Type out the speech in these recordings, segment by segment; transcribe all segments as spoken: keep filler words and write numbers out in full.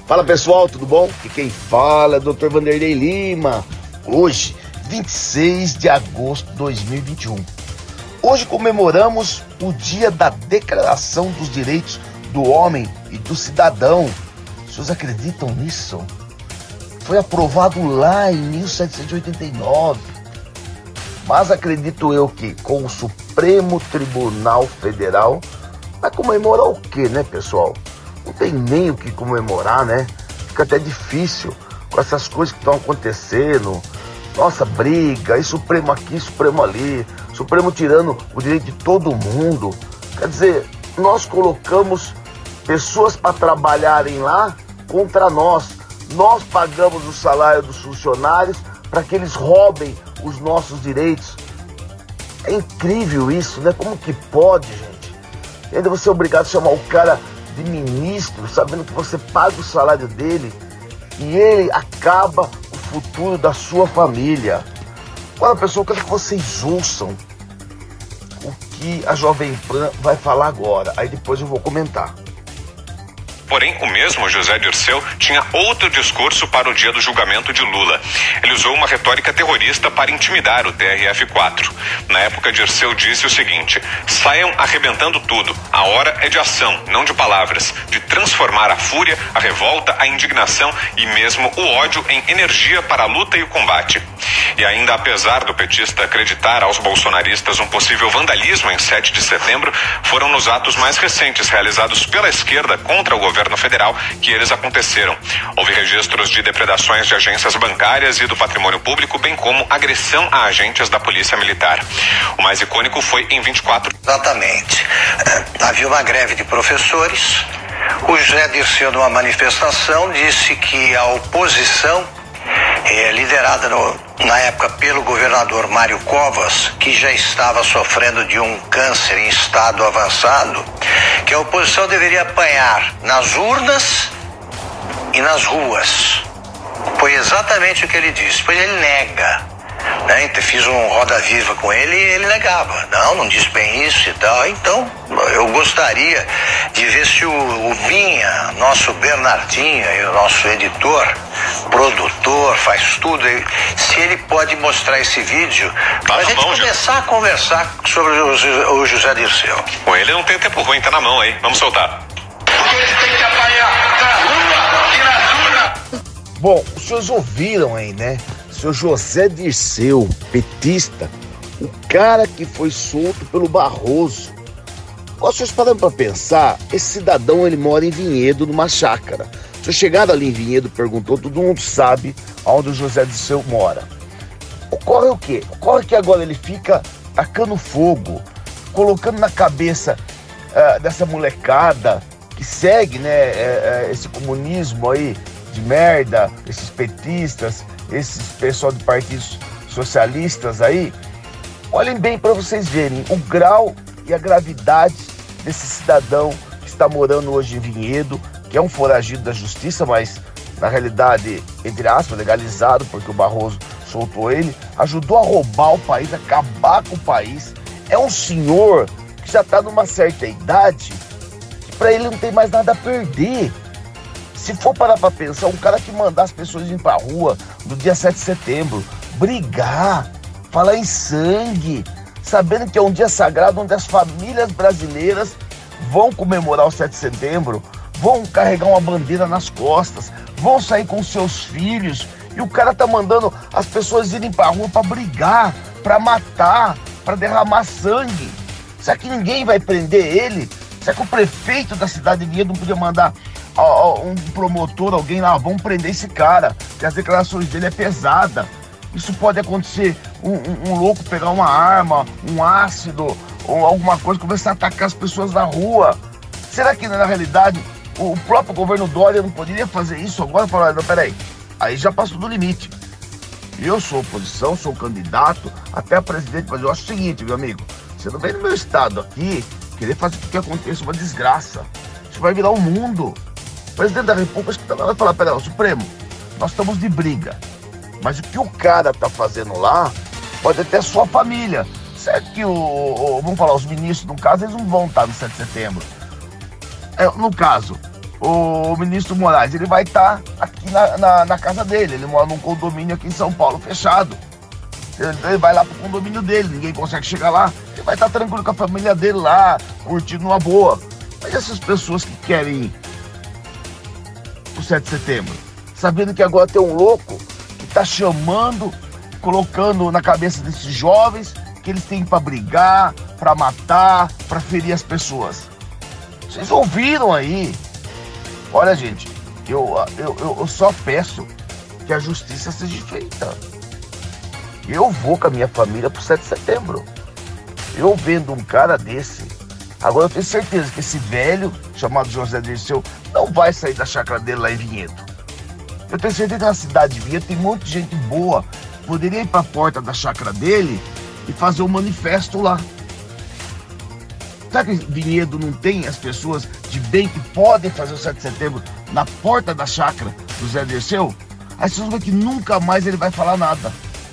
Fala pessoal, tudo bom? E quem fala é o doutor Vanderlei Lima. Hoje, vinte e seis de agosto de dois mil e vinte e um. Hoje comemoramos o dia da Declaração dos Direitos do Homem e do Cidadão. Vocês acreditam nisso? Foi aprovado lá em mil setecentos e oitenta e nove. Mas acredito eu que com o Supremo Tribunal Federal vai comemorar o quê, né, pessoal? Não tem nem o que comemorar, né? Fica até difícil com essas coisas que estão acontecendo. Nossa, briga, e Supremo aqui, Supremo ali, Supremo tirando o direito de todo mundo. Quer dizer, nós colocamos pessoas para trabalharem lá contra nós. Nós pagamos o salário dos funcionários para que eles roubem os nossos direitos. É incrível isso, né? Como que pode, gente? E ainda você é obrigado a chamar o cara de ministro, sabendo que você paga o salário dele e ele acaba o futuro da sua família. Olha, pessoal, eu quero que vocês ouçam o que a Jovem Pan vai falar agora, aí depois eu vou comentar. Porém, o mesmo José Dirceu tinha outro discurso para o dia do julgamento de Lula. Ele usou uma retórica terrorista para intimidar o T R F quatro. Na época, Dirceu disse o seguinte: saiam arrebentando tudo. A hora é de ação, não de palavras. De transformar a fúria, a revolta, a indignação e mesmo o ódio em energia para a luta e o combate. E ainda, apesar do petista acreditar aos bolsonaristas um possível vandalismo em sete de setembro, foram nos atos mais recentes realizados pela esquerda contra o governo federal que eles aconteceram. Houve registros de depredações de agências bancárias e do patrimônio público, bem como agressão a agentes da Polícia Militar. O mais icônico foi em vinte e quatro. Exatamente. Havia uma greve de professores. O José Dirceu, numa manifestação, disse que a oposição, eh, liderada no, na época pelo governador Mário Covas, que já estava sofrendo de um câncer em estado avançado, que a oposição deveria apanhar nas urnas e nas ruas. Foi exatamente o que ele disse. Pois ele nega, né? Então, fiz um Roda Viva com ele e ele negava. Não, não disse bem isso e tal. Então, eu gostaria de ver se o, o Vinha, nosso Bernardinho, o nosso editor, produtor, faz tudo, se ele pode mostrar esse vídeo para a gente mão, começar já. a conversar sobre o, o José Dirceu. Com ele não tem tempo ruim, tá na mão aí. Vamos soltar. Porque ele tem que apanhar na rua e na urna. Bom, os senhores ouviram aí, né? O senhor José Dirceu, petista, o cara que foi solto pelo Barroso. Ó, vocês parando para pensar, esse cidadão, ele mora em Vinhedo, numa chácara. Se eu chegar ali em Vinhedo, perguntou, todo mundo sabe onde o José Dirceu mora. Ocorre o quê? Ocorre que agora ele fica tacando fogo, colocando na cabeça uh, dessa molecada que segue, né, uh, uh, esse comunismo aí de merda, esses petistas, esses pessoal de partidos socialistas aí. Olhem bem para vocês verem o grau e a gravidade desse cidadão que está morando hoje em Vinhedo, que é um foragido da justiça, mas na realidade, entre aspas, legalizado, porque o Barroso soltou ele, ajudou a roubar o país, acabar com o país. É um senhor que já está numa certa idade, que para ele não tem mais nada a perder. Se for parar para pensar, um cara que mandar as pessoas ir para a rua no dia sete de setembro, brigar, falar em sangue, sabendo que é um dia sagrado onde as famílias brasileiras vão comemorar o sete de setembro, vão carregar uma bandeira nas costas, vão sair com seus filhos, e o cara tá mandando as pessoas irem pra rua pra brigar, pra matar, pra derramar sangue. Será que ninguém vai prender ele? Será que o prefeito da cidade de Vinhedo não podia mandar ó, ó, um promotor, alguém lá, vamos prender esse cara, que as declarações dele é pesada. Isso pode acontecer, um, um, um louco pegar uma arma, um ácido, ou alguma coisa, começar a atacar as pessoas na rua. Será que na realidade o próprio governo Dória não poderia fazer isso agora? Falar, não, peraí, aí já passou do limite. Eu sou oposição, sou candidato até a presidente, mas eu acho o seguinte, meu amigo, você não vem no meu estado aqui querer fazer com que aconteça uma desgraça. Isso vai virar um mundo. O presidente da República vai falar, peraí, o Supremo, nós estamos de briga, mas o que o cara tá fazendo lá pode até a sua família. Certo que o, o, vamos falar, os ministros, no caso, eles não vão estar no sete de setembro. É, no caso, o ministro Moraes, ele vai estar tá aqui na, na, na casa dele. Ele mora num condomínio aqui em São Paulo, fechado. Ele, ele vai lá pro condomínio dele, ninguém consegue chegar lá. Ele vai estar tá tranquilo com a família dele lá, curtindo uma boa. Mas essas pessoas que querem ir pro sete de setembro, sabendo que agora tem um louco que tá chamando, colocando na cabeça desses jovens que eles têm para brigar, para matar, para ferir as pessoas. Vocês ouviram aí? Olha, gente, eu, eu, eu só peço que a justiça seja feita. Eu vou com a minha família pro sete de setembro. Eu vendo um cara desse. Agora eu tenho certeza que esse velho, chamado José Dirceu, não vai sair da chácara dele lá em Vinhedo. Eu tenho certeza que na cidade de Vinhedo tem muita gente boa. Poderia ir pra porta da chácara dele e fazer um manifesto lá. Será que Vinhedo não tem as pessoas de bem que podem fazer o sete de setembro na porta da chácara do Zé Dirceu? Aí vocês vão ver que nunca mais ele vai falar nada.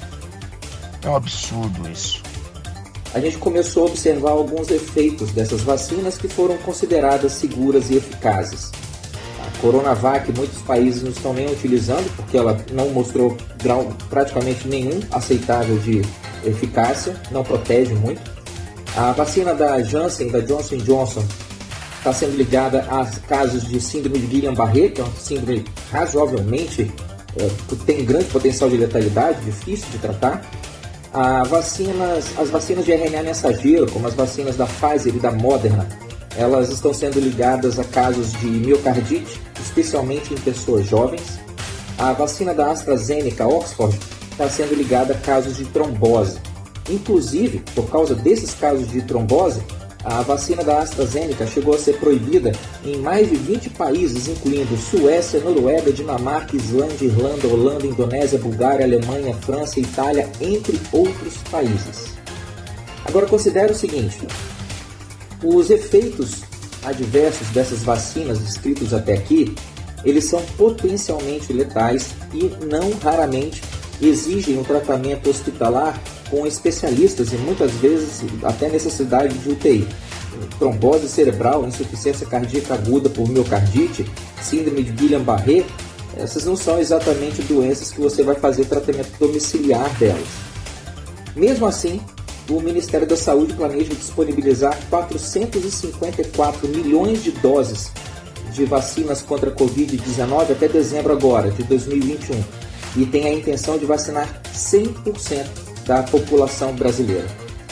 É um absurdo isso. A gente começou a observar alguns efeitos dessas vacinas que foram consideradas seguras e eficazes. A Coronavac, muitos países não estão nem utilizando, porque ela não mostrou grau praticamente nenhum aceitável de eficácia, não protege muito. A vacina da Janssen, da Johnson and Johnson, está sendo ligada a casos de síndrome de Guillain-Barré, que é uma síndrome razoavelmente, é, que tem grande potencial de letalidade, difícil de tratar. A vacinas, as vacinas de R N A mensageiro, como as vacinas da Pfizer e da Moderna, elas estão sendo ligadas a casos de miocardite, especialmente em pessoas jovens. A vacina da AstraZeneca Oxford está sendo ligada a casos de trombose. Inclusive, por causa desses casos de trombose, a vacina da AstraZeneca chegou a ser proibida em mais de vinte países, incluindo Suécia, Noruega, Dinamarca, Islândia, Irlanda, Holanda, Indonésia, Bulgária, Alemanha, França, Itália, entre outros países. Agora considere o seguinte: os efeitos adversos dessas vacinas descritos até aqui, eles são potencialmente letais e não raramente exigem um tratamento hospitalar com especialistas e muitas vezes até necessidade de U T I. Trombose cerebral, insuficiência cardíaca aguda por miocardite, síndrome de Guillain-Barré, essas não são exatamente doenças que você vai fazer tratamento domiciliar delas. Mesmo assim, o Ministério da Saúde planeja disponibilizar quatrocentos e cinquenta e quatro milhões de doses de vacinas contra a covid dezenove até dezembro agora, de dois mil e vinte e um, e tem a intenção de vacinar cem por cento da população brasileira.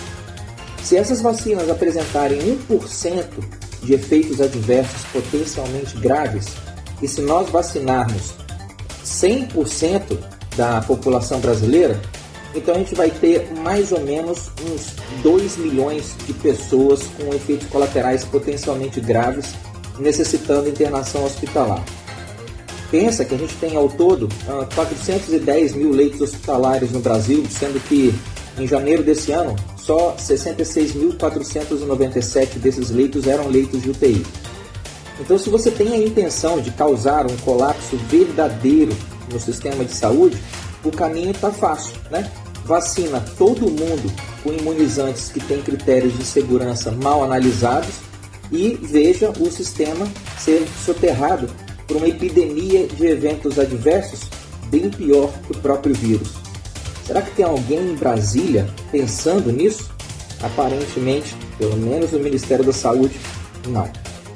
Se essas vacinas apresentarem um por cento de efeitos adversos potencialmente graves, e se nós vacinarmos cem por cento da população brasileira, então a gente vai ter mais ou menos uns dois milhões de pessoas com efeitos colaterais potencialmente graves, necessitando internação hospitalar. Pensa que a gente tem ao todo quatrocentos e dez mil leitos hospitalares no Brasil, sendo que em janeiro desse ano só sessenta e seis mil quatrocentos e noventa e sete desses leitos eram leitos de U T I. Então, se você tem a intenção de causar um colapso verdadeiro no sistema de saúde, o caminho está fácil, né? Vacina todo mundo com imunizantes que têm critérios de segurança mal analisados e veja o sistema ser soterrado por uma epidemia de eventos adversos bem pior que o próprio vírus. Será que tem alguém em Brasília pensando nisso? Aparentemente, pelo menos no Ministério da Saúde, não.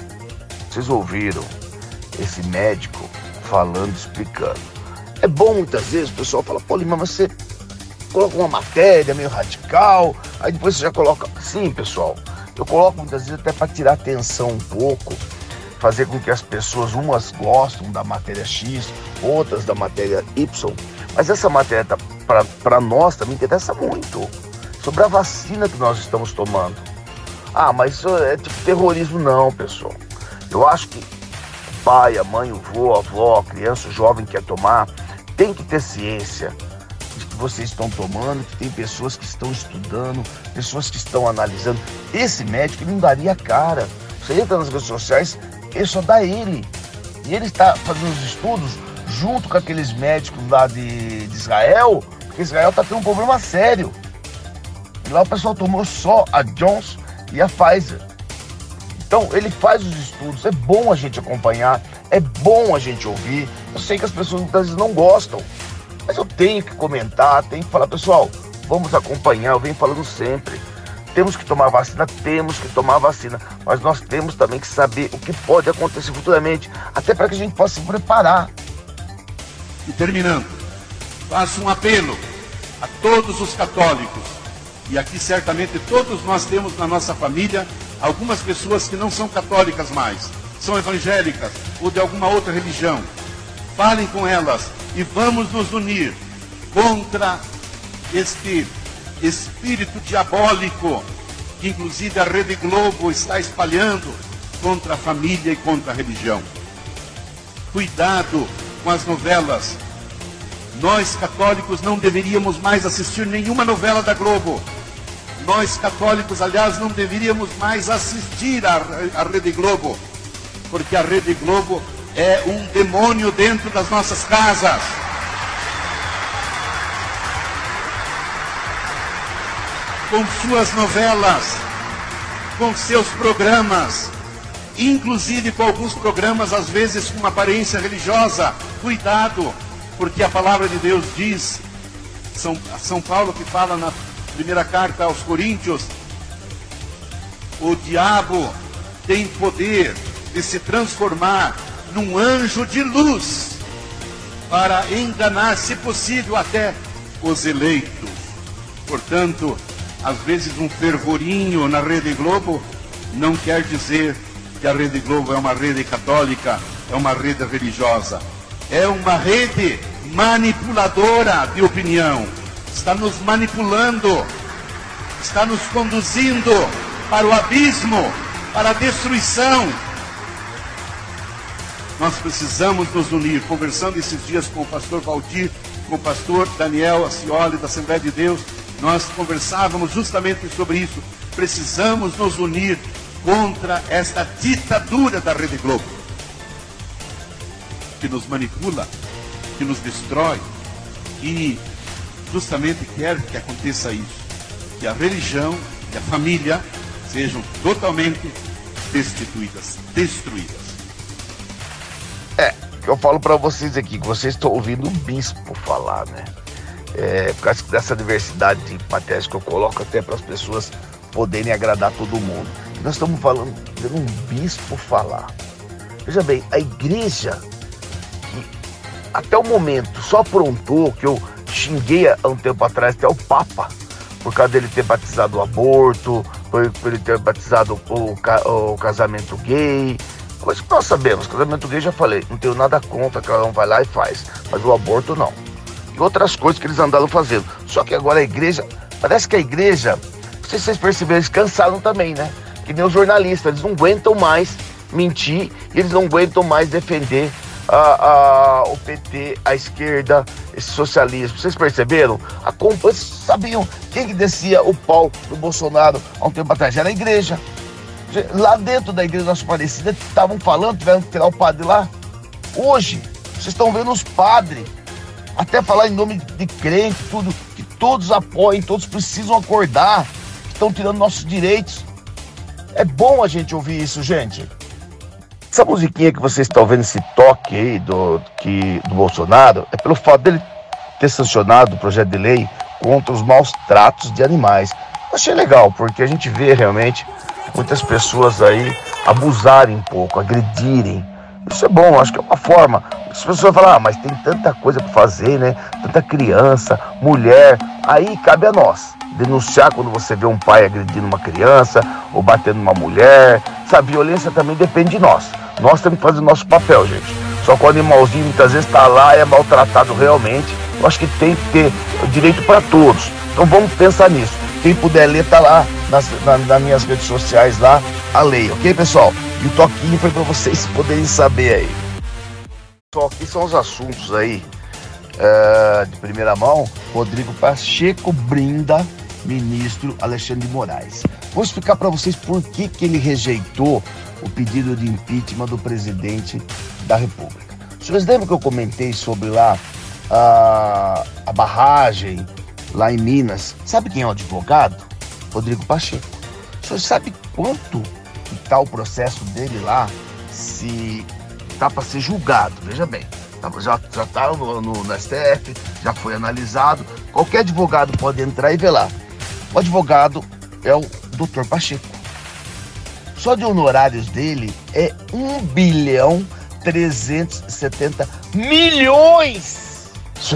Vocês ouviram esse médico falando, explicando. É bom muitas vezes o pessoal fala, pô, Lima, mas você coloca uma matéria meio radical, aí depois você já coloca... Sim, pessoal, eu coloco muitas vezes até para tirar atenção um pouco, fazer com que as pessoas, umas gostam da matéria X, outras da matéria Y, mas essa matéria tá, para nós também interessa muito, sobre a vacina que nós estamos tomando. Ah, mas isso é tipo terrorismo. Não, pessoal. Eu acho que o pai, a mãe, o vô, a avó, a criança, o jovem que quer tomar, tem que ter ciência de que vocês estão tomando, que tem pessoas que estão estudando, pessoas que estão analisando. Esse médico não daria cara. Você entra nas redes sociais, ele só dá ele. E ele está fazendo os estudos junto com aqueles médicos lá de, de Israel, porque Israel está tendo um problema sério. E lá o pessoal tomou só a Johnson e a Pfizer. Então ele faz os estudos, é bom a gente acompanhar, é bom a gente ouvir. Eu sei que as pessoas muitas vezes não gostam, mas eu tenho que comentar, tenho que falar, pessoal, vamos acompanhar, eu venho falando sempre. Temos que tomar vacina, temos que tomar vacina, mas nós temos também que saber o que pode acontecer futuramente, até para que a gente possa se preparar. E terminando, faço um apelo a todos os católicos, e aqui certamente todos nós temos na nossa família algumas pessoas que não são católicas mais, são evangélicas ou de alguma outra religião. Falem com elas e vamos nos unir contra este espírito diabólico que inclusive a Rede Globo está espalhando contra a família e contra a religião. Cuidado com as novelas. Nós católicos não deveríamos mais assistir nenhuma novela da Globo. Nós católicos, aliás, não deveríamos mais assistir a, a Rede Globo, porque a Rede Globo é um demônio dentro das nossas casas. Com suas novelas, com seus programas, inclusive com alguns programas, às vezes com uma aparência religiosa. Cuidado, porque a palavra de Deus diz, São, São Paulo que fala na primeira carta aos Coríntios, o diabo tem poder de se transformar num anjo de luz para enganar, se possível, até os eleitos. Portanto, às vezes um fervorinho na Rede Globo não quer dizer que a Rede Globo é uma rede católica, é uma rede religiosa. É uma rede manipuladora de opinião. Está nos manipulando, está nos conduzindo para o abismo, para a destruição. Nós precisamos nos unir. Conversando esses dias com o pastor Valdir, com o pastor Daniel Acioli, da Assembleia de Deus, nós conversávamos justamente sobre isso. Precisamos nos unir contra esta ditadura da Rede Globo, que nos manipula, que nos destrói e justamente quer que aconteça isso, que a religião e a família sejam totalmente destituídas, destruídas. É, que eu falo para vocês aqui, que vocês estão ouvindo o bispo falar, né? É, por causa dessa diversidade de matérias que eu coloco até para as pessoas poderem agradar todo mundo. E nós estamos falando, vendo um bispo falar. Veja bem, a igreja, que até o momento só aprontou, que eu xinguei há um tempo atrás até o Papa, por causa dele ter batizado o aborto, por, por ele ter batizado o, o casamento gay, coisa que nós sabemos. Casamento gay, já falei, não tenho nada contra, cada um vai lá e faz, mas o aborto não. E outras coisas que eles andaram fazendo. Só que agora a igreja, parece que a igreja, não sei se vocês perceberam, eles cansaram também, né? Que nem os jornalistas, eles não aguentam mais mentir, e eles não aguentam mais defender a, a, o P T, a esquerda, esse socialismo. Vocês perceberam? A compa, vocês sabiam quem que descia o pau do Bolsonaro há um tempo atrás? Era a igreja. Lá dentro da igreja Nossa Aparecida estavam falando, tiveram que tirar o padre lá. Hoje, vocês estão vendo os padres até falar em nome de crente, tudo, que todos apoiem, todos precisam acordar, estão tirando nossos direitos. É bom a gente ouvir isso, gente. Essa musiquinha que vocês estão vendo, esse toque aí do, que, do Bolsonaro, é pelo fato dele ter sancionado o projeto de lei contra os maus tratos de animais. Eu achei legal, porque a gente vê realmente muitas pessoas aí abusarem um pouco, agredirem. Isso é bom, acho que é uma forma. As pessoas falam, ah, mas tem tanta coisa para fazer, né? Tanta criança, mulher. Aí cabe a nós denunciar quando você vê um pai agredindo uma criança ou batendo uma mulher. Sabe, violência também depende de nós. Nós temos que fazer o nosso papel, gente. Só que o animalzinho muitas vezes está lá e é maltratado realmente. Eu acho que tem que ter direito para todos. Então vamos pensar nisso. Quem puder ler, tá lá nas, na, nas minhas redes sociais lá, a lei, ok, pessoal? E o toquinho foi para vocês poderem saber aí. Pessoal, aqui são os assuntos aí uh, de primeira mão. Rodrigo Pacheco brinda ministro Alexandre de Moraes. Vou explicar para vocês por que, que ele rejeitou o pedido de impeachment do presidente da República. Vocês lembram que eu comentei sobre lá a, a barragem lá em Minas? Sabe quem é o advogado? Rodrigo Pacheco. Você sabe quanto está o processo dele lá, se está para ser julgado, veja bem. Já está no, no, no S T F, já foi analisado. Qualquer advogado pode entrar e ver lá. O advogado é o doutor Pacheco. Só de honorários dele é um bilhão trezentos e setenta milhões.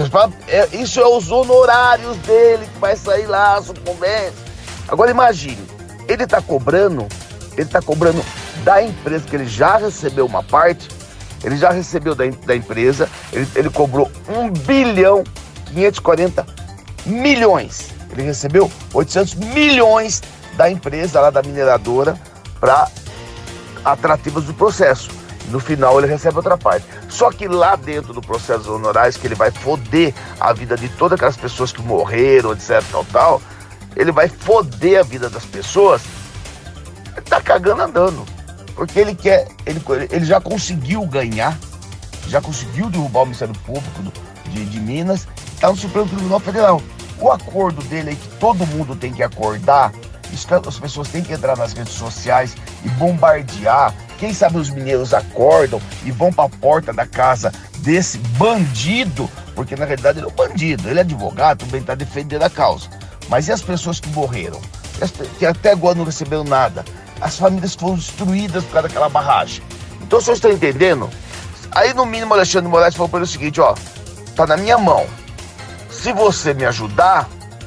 Isso é os honorários dele que vai sair lá, sucumbente. Agora imagine, ele está cobrando, ele está cobrando da empresa que ele já recebeu uma parte. Ele já recebeu da, da empresa, ele, ele cobrou um bilhão quinhentos e quarenta milhões. Ele recebeu oitocentos milhões da empresa lá da mineradora para atrativos do processo. No final ele recebe outra parte. Só que lá dentro do processo dos honorários, que ele vai foder a vida de todas aquelas pessoas que morreram, etc, tal, tal, ele vai foder a vida das pessoas, ele tá cagando andando. Porque ele quer, ele, ele já conseguiu ganhar, já conseguiu derrubar o Ministério Público de, de Minas, está no Supremo Tribunal Federal. O acordo dele é que todo mundo tem que acordar, as pessoas têm que entrar nas redes sociais e bombardear. Quem sabe os mineiros acordam e vão para a porta da casa desse bandido, porque na realidade ele é um bandido, ele é advogado, também está defendendo a causa. Mas e as pessoas que morreram, que até agora não receberam nada? As famílias foram destruídas por causa daquela barragem. Então, vocês estão entendendo? Aí, no mínimo, Alexandre de Moraes falou para ele o seguinte, ó, tá na minha mão. Se você me ajudar,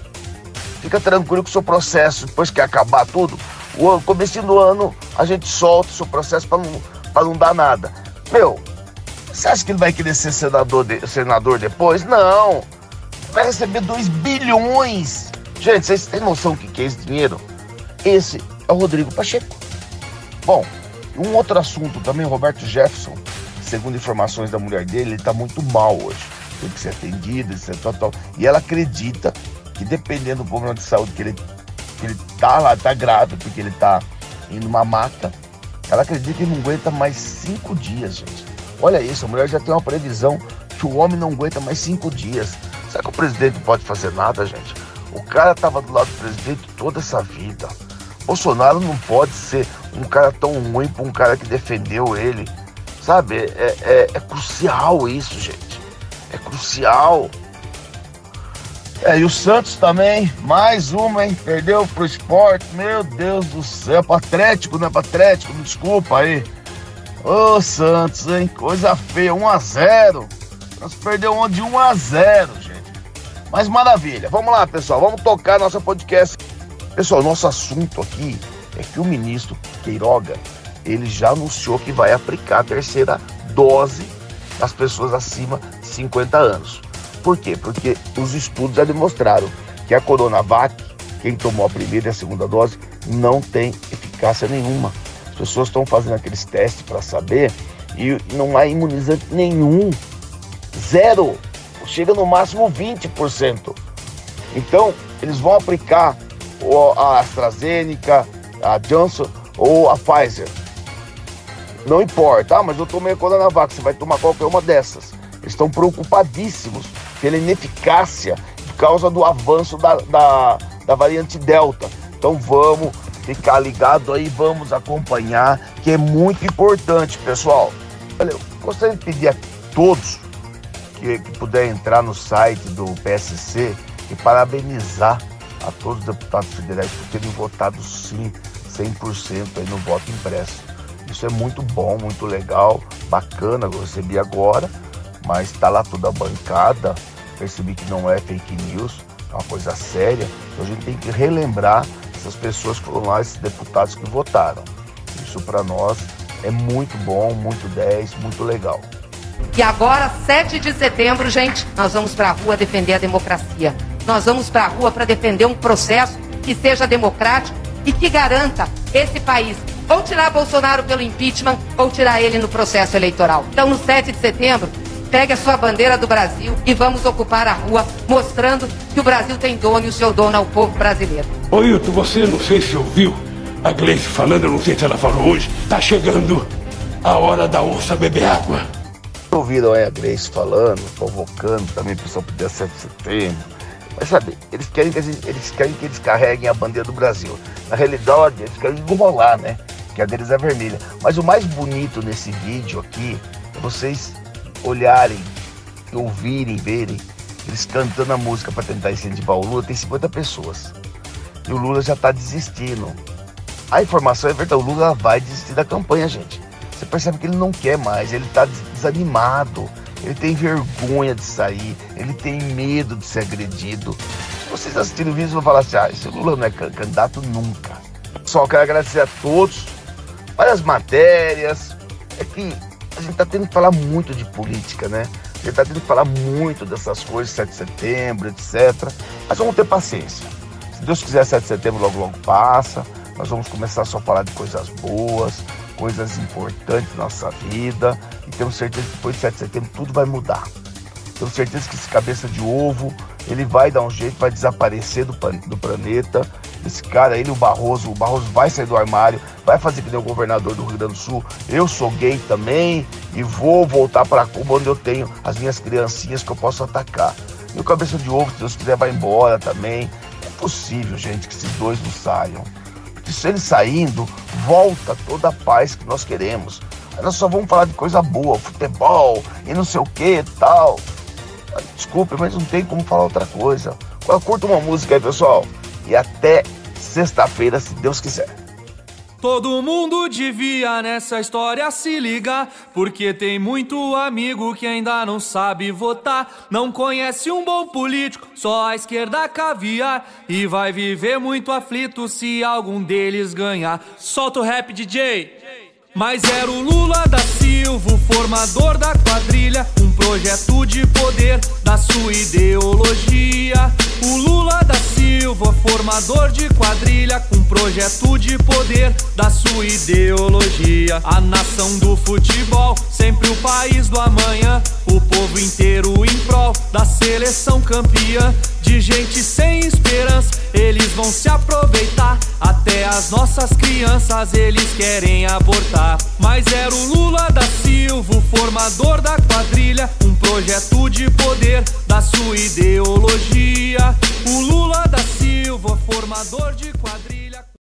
fica tranquilo que o seu processo, depois que acabar tudo, o comecinho do ano, a gente solta o seu processo para não, pra não dar nada. Meu, você acha que ele vai querer ser senador, de, senador depois? Não. Vai receber dois bilhões. Gente, vocês têm noção do que é esse dinheiro? Esse é o Rodrigo Pacheco. Bom, um outro assunto também, Roberto Jefferson, segundo informações da mulher dele, ele está muito mal hoje. Tem que ser atendido, etc, tal, tal. E ela acredita que dependendo do problema de saúde que ele, que ele tá lá, tá grave, porque ele tá indo numa maca, ela acredita que ele não aguenta mais cinco dias, gente. Olha isso, a mulher já tem uma previsão que o homem não aguenta mais cinco dias. Será que o presidente não pode fazer nada, gente? O cara tava do lado do presidente toda essa vida. Bolsonaro não pode ser um cara tão ruim para um cara que defendeu ele, sabe? É, é, é crucial isso, gente. É crucial. É, e o Santos também, mais uma, hein? Perdeu pro Sport, meu Deus do céu. Pro Atlético, não é pro Atlético, me desculpa aí. Ô Santos, hein? Coisa feia, um a zero. Nós perdeu onde um a zero, gente. Mas maravilha. Vamos lá, pessoal, vamos tocar nossa podcast. Pessoal, nosso assunto aqui é que o ministro Queiroga, ele já anunciou que vai aplicar a terceira dose das pessoas acima de cinquenta anos. Por quê? Porque os estudos já demonstraram que a Coronavac, quem tomou a primeira e a segunda dose, não tem eficácia nenhuma. As pessoas estão fazendo aqueles testes para saber e não há imunizante nenhum. Zero. Chega no máximo vinte por cento. Então, eles vão aplicar a AstraZeneca, a Johnson ou a Pfizer. Não importa, ah, mas eu tomei a Coronavac, você vai tomar qualquer uma dessas. Eles estão preocupadíssimos pela ineficácia por causa do avanço da, da, da variante Delta. Então vamos ficar ligado aí, vamos acompanhar, que é muito importante, pessoal. Olha, eu gostaria de pedir a todos que, que puder entrar no site do P S C e parabenizar a todos os deputados federais por terem votado sim, cem por cento aí no voto impresso. Isso é muito bom, muito legal, bacana, eu recebi agora, mas está lá toda a bancada, percebi que não é fake news, é uma coisa séria, então a gente tem que relembrar essas pessoas que foram lá, esses deputados que votaram. Isso para nós é muito bom, muito dez, muito legal. E agora, sete de setembro, gente, nós vamos para a rua defender a democracia. Nós vamos para a rua para defender um processo que seja democrático e que garanta esse país. Ou tirar Bolsonaro pelo impeachment, ou tirar ele no processo eleitoral. Então, no sete de setembro, pegue a sua bandeira do Brasil e vamos ocupar a rua, mostrando que o Brasil tem dono e o seu dono é o povo brasileiro. Ô, Hilton, você não sei se ouviu a Gleice falando, eu não sei se ela falou hoje, tá chegando a hora da onça beber água. Ouviram aí a Gleice falando, convocando também o pessoal para o dia sete de setembro. Mas sabe, eles querem, que a gente, eles querem que eles carreguem a bandeira do Brasil. Na realidade, eles querem enrolar, né? que a deles é vermelha. Mas o mais bonito nesse vídeo aqui é vocês olharem, ouvirem, verem eles cantando a música para tentar incentivar o Lula. Tem cinquenta pessoas e o Lula já está desistindo. A informação é verdade, o Lula vai desistir da campanha, gente. Você percebe que ele não quer mais, ele está desanimado, ele tem vergonha de sair, ele tem medo de ser agredido. Se vocês assistirem o vídeo, vão falar assim: ah, esse Lula não é candidato nunca. Pessoal, quero agradecer a todos. Várias matérias. É que a gente está tendo que falar muito de política, né? A gente está tendo que falar muito dessas coisas, sete de setembro, etcétera. Mas vamos ter paciência. Se Deus quiser, sete de setembro logo logo passa. Nós vamos começar só a falar de coisas boas, coisas importantes na nossa vida. E temos certeza que depois de sete de setembro tudo vai mudar. Temos certeza que esse cabeça de ovo, ele vai dar um jeito, vai desaparecer do, do planeta. Esse cara, ele, o Barroso, o Barroso vai sair do armário, vai fazer que nem o governador do Rio Grande do Sul. Eu sou gay também e vou voltar para Cuba, onde eu tenho as minhas criancinhas que eu posso atacar. E o cabeça de ovo, se Deus quiser, vai embora também. É possível, gente, que esses dois não saiam. Porque se eles saindo, volta toda a paz que nós queremos. Aí nós só vamos falar de coisa boa, futebol e não sei o que e tal. Desculpe, mas não tem como falar outra coisa. Curta uma música aí, pessoal. E até sexta-feira, se Deus quiser. Todo mundo devia nessa história se ligar, porque tem muito amigo que ainda não sabe votar. Não conhece um bom político, só a esquerda caviar, e vai viver muito aflito se algum deles ganhar. Solta o rap, D J. Mas era o Lula da Silva, o formador da quadrilha, um projeto de poder da sua ideologia. O Lula da Silva, formador de quadrilha, um projeto de poder da sua ideologia. A nação do futebol, sempre o país do amanhã, o povo inteiro em prol da seleção campeã. De gente sem esperança, eles vão se aproveitar, até as nossas crianças eles querem abortar. Mas era o Lula da Silva, o formador da quadrilha, um projeto de poder da sua ideologia. O Lula da Silva, formador de quadrilha.